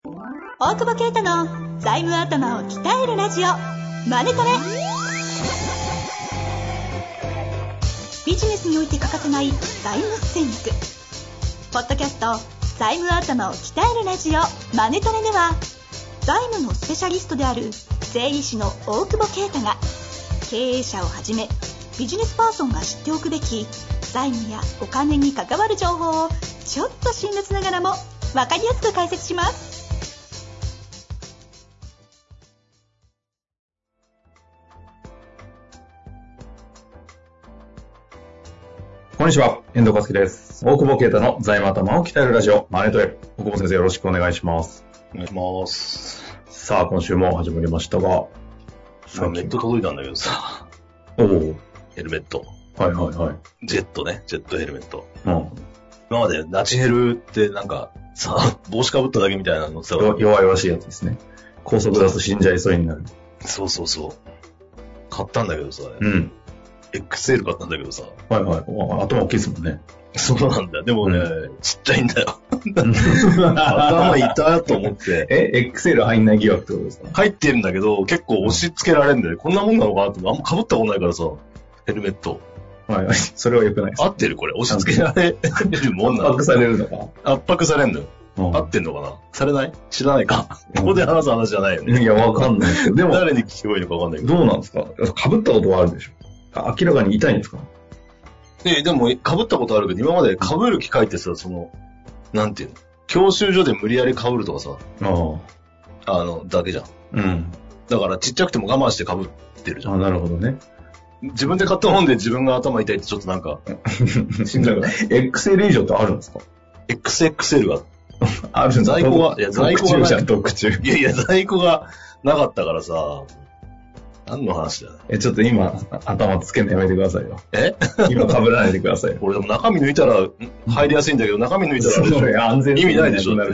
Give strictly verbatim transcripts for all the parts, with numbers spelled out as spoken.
大久保啓太の財務頭を鍛えるラジオマネトレ。ビジネスにおいて欠かせない財務戦略。ポッドキャスト財務頭を鍛えるラジオマネトレでは、財務のスペシャリストである税理士の大久保啓太が、経営者をはじめビジネスパーソンが知っておくべき財務やお金に関わる情報をちょっと辛辣ながらも分かりやすく解説します。 こんにちは、遠藤和樹です。大久保啓太の財務頭を鍛えるラジオマネトレ。大久保先生、よろしくお願いします。 お願いします。 さあ、今週も始まりましたが、 さあネット届いたんだけどさ、 おお、 ヘルメット。 はいはいはい。 ジェットね、ジェットヘルメット。 うん。 今までナチヘルってなんかさ、帽子かぶっただけみたいなのさ、 弱々しいやつですね。高速だと死んじゃいそうになる。 そうそうそう。買ったんだけどさ、 うん。 エックスエル 買ったんだけどさ。 はいはい。頭大きいですもんね。 そうなんだよ。でもね、うん、ちっちゃいんだよ。頭痛と思って。 え、エックスエル 入んない疑惑ってことですか？ 入ってるんだけど、結構押し付けられるんだよ。こんなもんなのかなって、あんま被ったことないからさ、ヘルメット。 はいはい。それは良くないです。 合ってるこれ。押し付けられるもんなの？ 圧迫されるのか？ 圧迫されるのよ。うん、合ってんのかな？されない？知らないか。ここで話す話じゃないよね。 いや、わかんないですけど。でも、 誰に聞けばいいのかわかんないけど。 どうなんですか？被ったことはあるでしょ？明らかに痛いんですか？ え、でも、被ったことあるけど、今まで被る機会ってさ、その、なんていうの？教習所で無理やり被るとかさ、ああの、だけじゃん。 うん。 だから、ちっちゃくても我慢して被ってるじゃん。 あ、なるほどね。 自分で買ったもんで自分が頭痛いってちょっとなんか、 しんどい。エックスエル 以上ってあるんですか？ エックスエックスエル が。 あるんですか？ 在庫が、いや、在庫が。 特注。 いやいや、在庫がなかったからさ、何の話だよ。 え、ちょっと今、頭つけるのやめてくださいよ。 え今被らないでくださいよ。 俺でも中身抜いたら入りやすいんだけど、中身抜いたらそれ安全意味ないでしょ。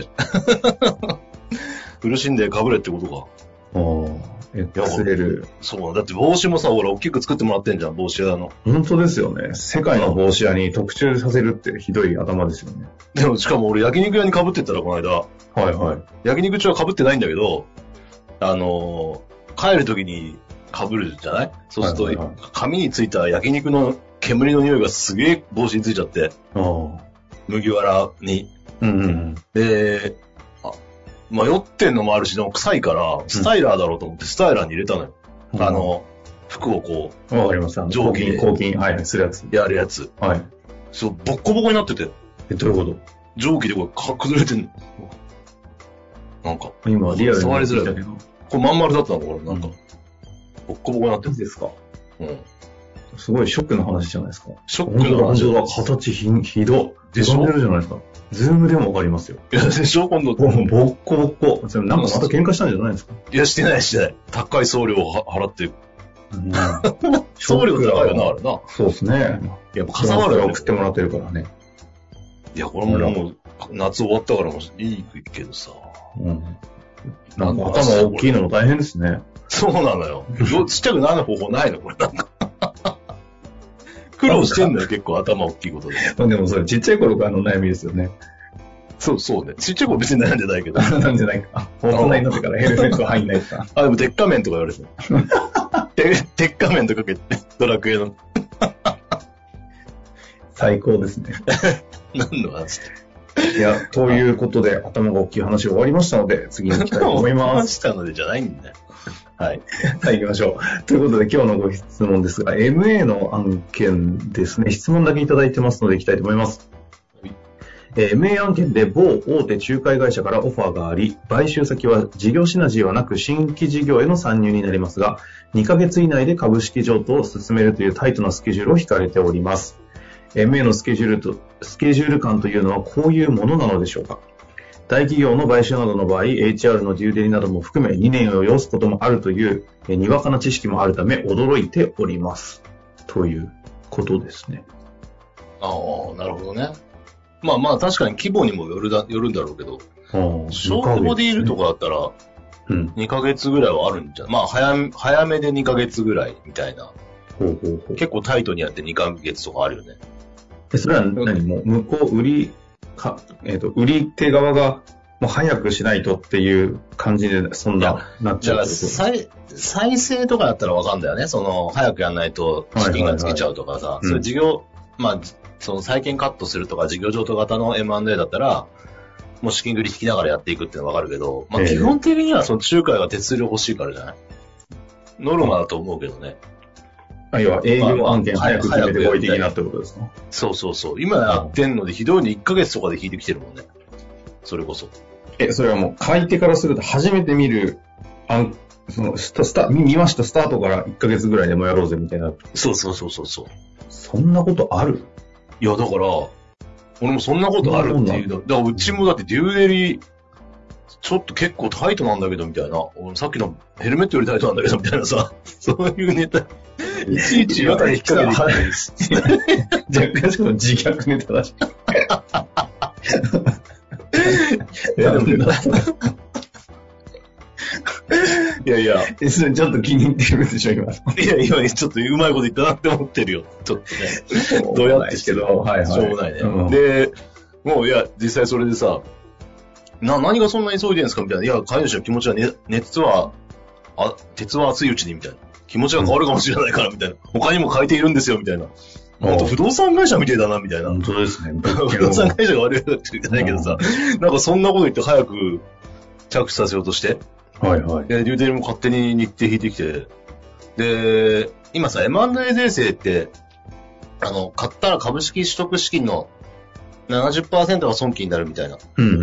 苦しんで被れってことか。 おー、エックスエル。 そう、だって帽子もさ、俺大きく作ってもらってんじゃん、帽子屋の。 本当ですよね。世界の帽子屋に特注させるってひどい頭ですよね。 でもしかも俺焼肉屋に被ってったらこの間。 はいはい。 焼肉中は被ってないんだけど、あのー、帰るときに被るじゃない？そうすると、はいはいはい、髪についた焼肉の煙の匂いがすげえ帽子についちゃって、麦わらに。 うんうん、 で、あ、迷ってんのもあるし、でも臭いから、スタイラーだろうと思ってスタイラーに入れたのよ。うん、あの、服をこう、わかります。 蒸気で。 抗菌、はいはい、するやつ。 やるやつ。 はい。 そう、ボッコボコになってて。 え、どういうこと？ 蒸気でこう、か崩れてんの。なんか。 今、リアルに。 触りづらいけど。これまん丸だったのこれ、なんか。うん、ボッコボコになってる。 いいですか？ うん。 すごいショックな話じゃないですか。 ショックな話。 本当だ、形ひ、ひど。 でしょ？ 飛んでるじゃないですか。ズームでもわかりますよ。 いや、でしょ今度。 ボッコボコ。なんかまた喧嘩したんじゃないですか？ いや、してないしてない。高い送料を払ってる。うん、送料高いよな、あれな。 そうですね。 やっぱかさばるよ、 ね。送ってもらってるからね。 いや、これももう、夏終わったからもいいけどさ。 うん。なんか頭大きいのも大変ですね。 そうなのよ。ちっちゃくなる方法ないのこれなんか。苦労してんのよ、結構頭大きいことで。 でもそれちっちゃい頃からの悩みですよね。 そうそうね。ちっちゃい頃別に悩んでないけど。 悩んでないか。大人になってからヘルメット入んないか。 あ、でも鉄仮面とか言われてた。鉄仮面とかけて、ドラクエの。 最高ですね。 何の話？ いや、ということで、頭が大きい話が終わりましたので、次に行きたいと思います。終わりましたのでじゃないんだよ。はい。 はい、行きましょう。ということで、今日のご質問ですが、エムエー の案件ですね、質問だけいただいてますので、行きたいと思います。はい、えー、エムエー 案件で某大手仲介会社からオファーがあり、買収先は事業シナジーはなく新規事業への参入になりますが、にかげつ以内で株式譲渡を進めるというタイトなスケジュールを引かれております。エムエー のスケジュールと、スケジュール感というのはこういうものなのでしょうか？大企業の買収などの場合、エイチアール のデューデリなども含めにねんを要すこともあるという、えにわかな知識もあるため驚いております。ということですね。 ああ、なるほどね。まあまあ確かに規模にもよるだ、よるんだろうけど、ショートボディールとかだったら、にかげつぐらいはあるんじゃ、うん、まあ早、早めでにかげつぐらいみたいな。 ほうほうほう。 結構タイトにやってにかげつとかあるよね。 それは何も向こう売り、か、えっと、売り手側がもう早くしないとっていう感じで、そんな、なっちゃう。だから再、再生とかだったらわかんだよね。その、早くやんないと資金がつけちゃうとかさ、はいはいはい、それ事業、うん、まあ、その債券カットするとか事業譲渡型の エムアンドエー だったら、もう資金繰り引きながらやっていくっていうのはわかるけど、まあ基本的にはその仲介が手数料欲しいからじゃない？ノルマだと思うけどね。 あ、要は営業案件早く決めてこい的なってことですか？ そうそうそう。今やってんのでひどいにいっかげつとかで引いてきてるもんね。それこそ。 え、それはもう買い手からすると初めて見る案、そのスタスタ見ましたスタートからいっかげつぐらいでもやろうぜみたいな。 そうそうそうそうそう。 そんなことある？ いやだから俺もそんなことあるっていうの。だからうちもだってデューデリちょっと結構タイトなんだけどみたいな。さっきのヘルメットよりタイトなんだけどみたいなさ。そういうネタ。いちいち言わない引っ掛けてきてる。 若干しかも自虐ネタだし。 いやでもいやいや。 それちょっと気に入ってるでしょ、今。 いや、今ちょっとうまいこと言ったなって思ってるよ。ちょっとね。どうやってしてるの？はいはい。しょうもないね。うん、で、もういや、実際それでさ、な、何がそんなに急いでるんですかみたいな。いや、飼い主の気持ちはね、熱は、あ、鉄は熱いうちにみたいな。気持ちが変わるかもしれないからみたいな。他にも変えているんですよみたいな。本当不動産会社みたいだなみたいな。 本当ですね。 不動産会社が悪いわけじゃないけどさ、なんかそんなこと言って早く着手させようとして。 はいはい。 で、デューデリも勝手に日程引いてきて。で、今さ、エムアンドエー 税制って、あの、買ったら株式取得資金の ななじゅっパーセント が損金になるみたいな。 うんうんうん。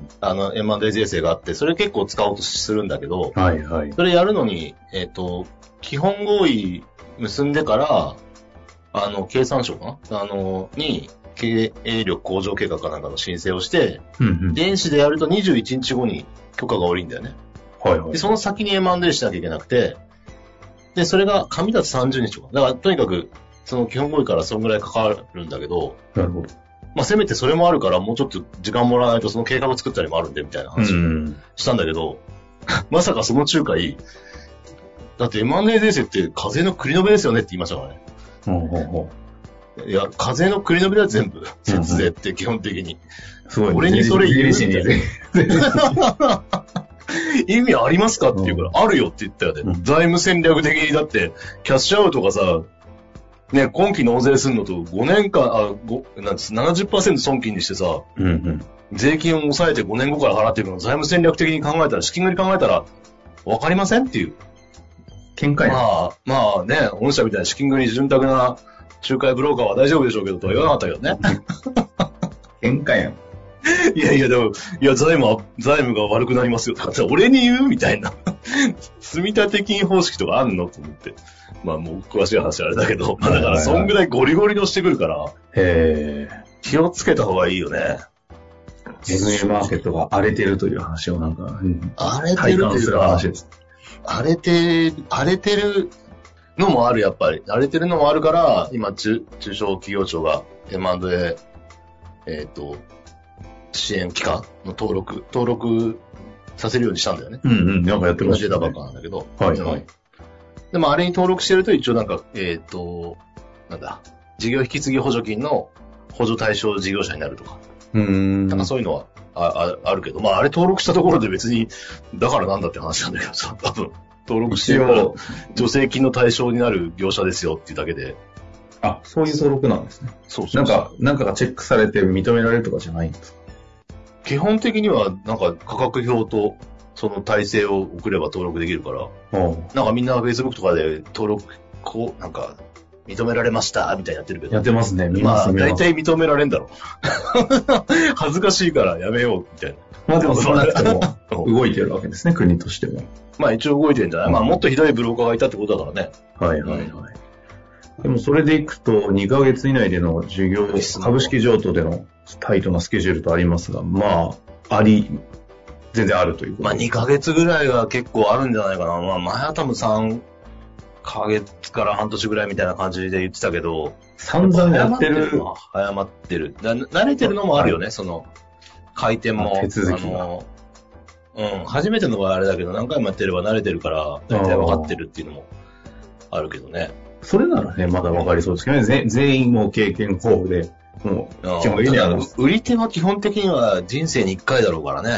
あの、エムアンドエー 税制があって、それ結構使おうとするんだけど、 はいはい。 それやるのに、えっと、基本合意結んでから、あの、経産省かなあの、に、経営力向上計画かなんかの申請をして、 うんうん、 電子でやるとにじゅういちにちごに許可が下りるんだよね。 はいはい。 で、その先に エムアンドエー しなきゃいけなくて、で、それが紙だとさんじゅうにちとか。だから、とにかく、その基本合意からそんぐらいかかるんだけど、 なるほど。 まあ、せめてそれもあるから、もうちょっと時間もらわないとその計画を作ったりもあるんで、みたいな話をしたんだけど、うん、まさかその仲介、だって エムアンドエー 税制って課税の繰り延べですよねって言いましたからね。 ほうほうほういや、課税の繰り延べだよ全部。節税って基本的に。 すごい、ね。 俺にそれ言うみたいな。意味ありますかって言うから、うん、あるよって言ったよね、うん。財務戦略的にだって、キャッシュアウトがさ、ね、今期納税するのとごねんかん、あ、ご、なんです、ななじゅっパーセント 損金にしてさ、 うんうん、 税金を抑えてごねんごから払っていくの、財務戦略的に考えたら、資金繰り考えたら、わかりませんっていう。 見解。 まあ、まあね、御社みたいな資金繰り潤沢な仲介ブローカーは大丈夫でしょうけど、とは言わなかったけどね。 見解やん。 いやいや、でも、いや、財務は、財務が悪くなりますよとか、俺に言うみたいな。積立金方式とかあんのと思って。まあ、もう詳しい話はあれだけど、まあ、だから、そんぐらいゴリゴリのしてくるから、 へー。 気をつけた方がいいよね。 エヌエー マーケットが荒れてるという話をなんか、うん、 荒れてるというか、荒れて、荒れてるのもある、やっぱり。荒れてるのもあるから、今、中、中小企業庁が エムアンドエー、えっと、支援機関の登録、登録させるようにしたんだよね。 うんうん、なんかやってましたね。 出たばっかなんだけど。 はいはい。 でもあれに登録してると一応なんか、えっと、なんだ、事業引き継ぎ補助金の補助対象事業者になるとか。 うーん。 なんかそういうのはあ、あ、あるけど、まああれ登録したところで別に、だからなんだって話なんだけどさ、多分、登録してるから助成金の対象になる業者ですよっていうだけで。 あ、そういう登録なんですね。 そうそうそう。 なんか、なんかがチェックされて認められるとかじゃないんですか？ 基本的には、なんか価格表とその体制を送れば登録できるから、なんかみんな Facebook とかで登録、こう、なんか、認められました、みたいにやってるけど。 やってますね、 見ますね。まあ、大体認められんだろう。恥ずかしいからやめよう、みたいな。 まあでもそうなくても、動いてるわけですね、国としても。 まあ一応動いてるんじゃない、うん、まあもっとひどいブローカーがいたってことだからね。 はいはいはい。うん、でもそれでいくと、にかげつ以内での事業、株式譲渡でのタイトなスケジュールとありますが、まあ、あり、全然あるということ。 まあにかげつぐらいが結構あるんじゃないかな。まあ前は多分さんかげつから半年ぐらいみたいな感じで言ってたけど、 散々やってる。 早まってる。慣れてるのもあるよね、はい、その、回転も。 手続きが。 あの、うん、初めての場合あれだけど、何回もやってれば慣れてるから、大体分かってるっていうのもあるけどね。 それならね、まだ分かりそうですけどね。全員もう経験豊富で、もう、基本的には。 売り手は基本的には人生にいっかいだろうからね。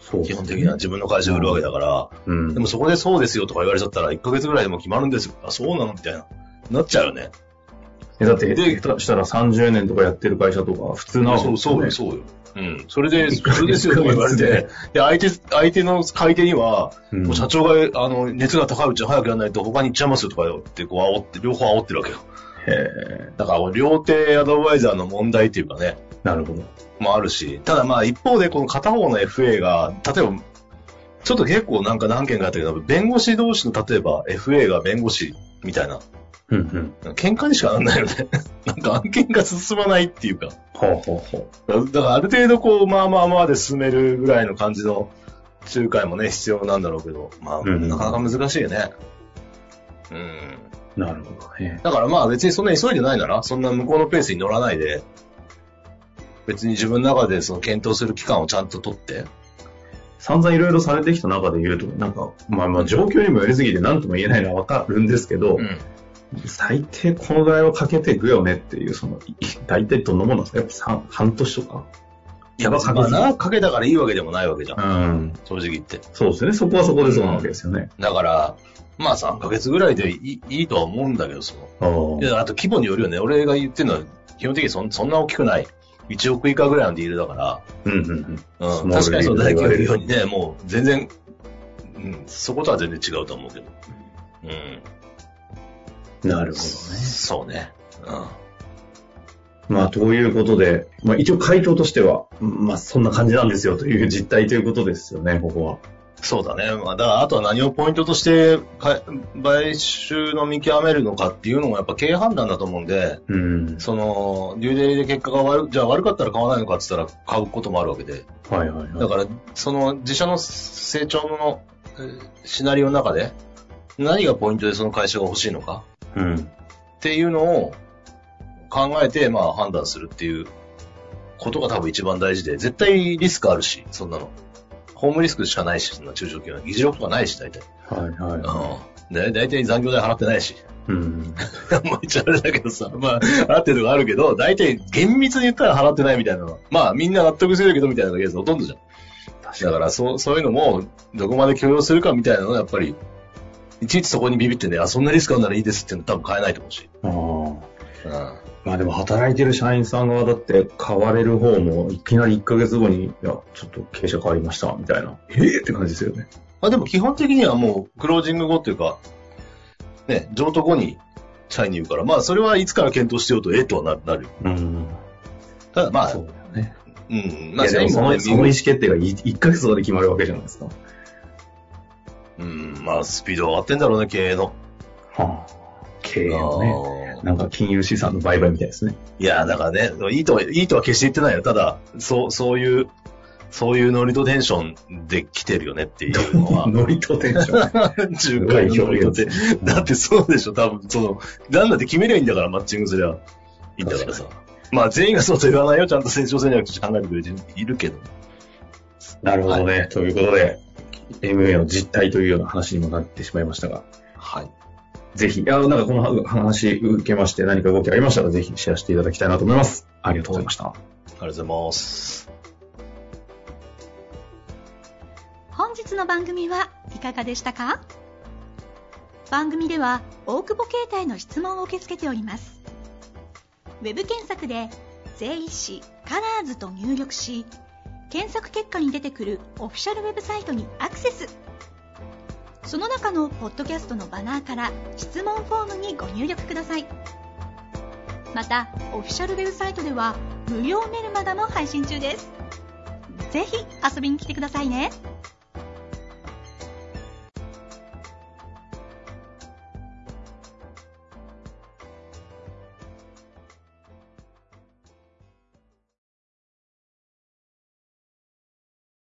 そう、 基本的には自分の会社を売るわけだから、 うん、 でもそこでそうですよとか言われちゃったらいっかげつぐらいでも決まるんですよ。あ、そうなのみたいな。なっちゃうよね。 え、だって、下手したらさんじゅうねんとかやってる会社とか普通なわけですよね。 そう、そうよ、そうよ。うん。それで、普通ですよとか言われて、で、相手、相手の買い手には、うん、もう社長が、あの、熱が高いうちに早くやらないと他に行っちゃいますよとかよって、こう煽って、両方煽ってるわけよ。 へだから、両手アドバイザーの問題っていうかね。 なるほど。 もあるし、ただまあ一方でこの片方の エフエー が、例えば、ちょっと結構なんか何件かあったけど、弁護士同士の例えば エフエー が弁護士みたいな。 うんうん。 喧嘩にしかなんないよね。なんか案件が進まないっていうか。 ほうほうほう。だからある程度こう、まあまあまあで進めるぐらいの感じの仲介もね、必要なんだろうけど、まあ、うん、なかなか難しいよね。うん。 なるほどね。 だからまあ別にそんな急いでないなら、そんな向こうのペースに乗らないで、別に自分の中でその検討する期間をちゃんと取って、 散々いろいろされてきた中で言うと、なんか、まあまあ状況にもよりすぎて何とも言えないのはわかるんですけど、うん、最低このぐらいはかけていくよねっていう、その、大体どんなものなんですか？やっぱさん半年とか？ いや、まあ、かけ長くかけたからいいわけでもないわけじゃん。 うん。 正直言って。 そうですね。そこはそこでそうなわけですよね。 うん、だから、まあさんかげつぐらいでいい、いいとは思うんだけど、その。いや、あと規模によるよね。俺が言ってるのは、基本的にそんそんな大きくない。いちおく以下ぐらいのディールだから。 うんうんうん。うん、確かにそう大企業言うようにね、もう全然、うん、そことは全然違うと思うけど。 うん。なるほどね。 そうね。 うん。まあ、ということで、まあ一応回答としては、まあそんな感じなんですよという実態ということですよね、ここは。 そうだね。まあ、だからあとは何をポイントとして買収の見極めるのかっていうのもやっぱ経営判断だと思うんで、 うん、 その、デューデリで結果が悪、じゃあ悪かったら買わないのかって言ったら買うこともあるわけで。 はいはいはい。 だから、その自社の成長のシナリオの中で何がポイントでその会社が欲しいのか、 うん、 っていうのを考えてまあ判断するっていうことが多分一番大事で、絶対リスクあるし、そんなの。ホームリスクしかないし、そんな中小企業は議事録とかないし、大体。 はいはい、はい。うん。大体残業代払ってないし。 うん。 まあ一応あれだけどさ、まあ、払ってるのがあるけど、大体厳密に言ったら払ってないみたいなのは、まあみんな納得するけどみたいなのがほとんどじゃん。だからそう、そういうのも、どこまで許容するかみたいなのはやっぱり、いちいちそこにビビってね、あ、そんなリスクあるならいいですっていうの多分買えないと思うし。 ああ。うん。まあでも働いてる社員さん側だって買われる方もいきなりいっかげつごに、いや、ちょっと経営者変わりました、みたいな。ええー、って感じですよね。 まあでも基本的にはもうクロージング後っていうか、ね、譲渡後に社員に言うから、まあそれはいつから検討してようとええとはなる。なるうん。 ただまあ、 そうだよね。 うん。まあ、でもその、その意思決定がいっかげつ後で決まるわけじゃないですか。 うん、まあスピードは上がってんだろうね、経営の。 はあ。経営のね。なんか金融資産の売買みたいですね。 いや、だからね、いいとは、いいとは決して言ってないよ。ただ、そう、そういう、そういうノリとテンションで来てるよねっていうのは。 ノリとテンション仲介のノリとテンション。だってそうでしょ、多分、その、なんだって決めりゃいいんだから、マッチングすりゃいいんだからさ。まあ、全員がそうと言わないよ、ちゃんと成長戦略として考えてくれているけど。 なるほどね。はい、ということで、エムエー の実態というような話にもなってしまいましたが。 はい。 ぜひ、いや、なんかこの話受けまして何か動きありましたらぜひシェアしていただきたいなと思います。ありがとうございました。ありがとうございます。 本日の番組はいかがでしたか？番組では大久保携帯の質問を受け付けております。ウェブ検索で税理士カラーズと入力し、検索結果に出てくるオフィシャルウェブサイトにアクセス。その中のポッドキャストのバナーから質問フォームにご入力ください。またオフィシャルウェブサイトでは無料メルマガも配信中です。ぜひ遊びに来てくださいね。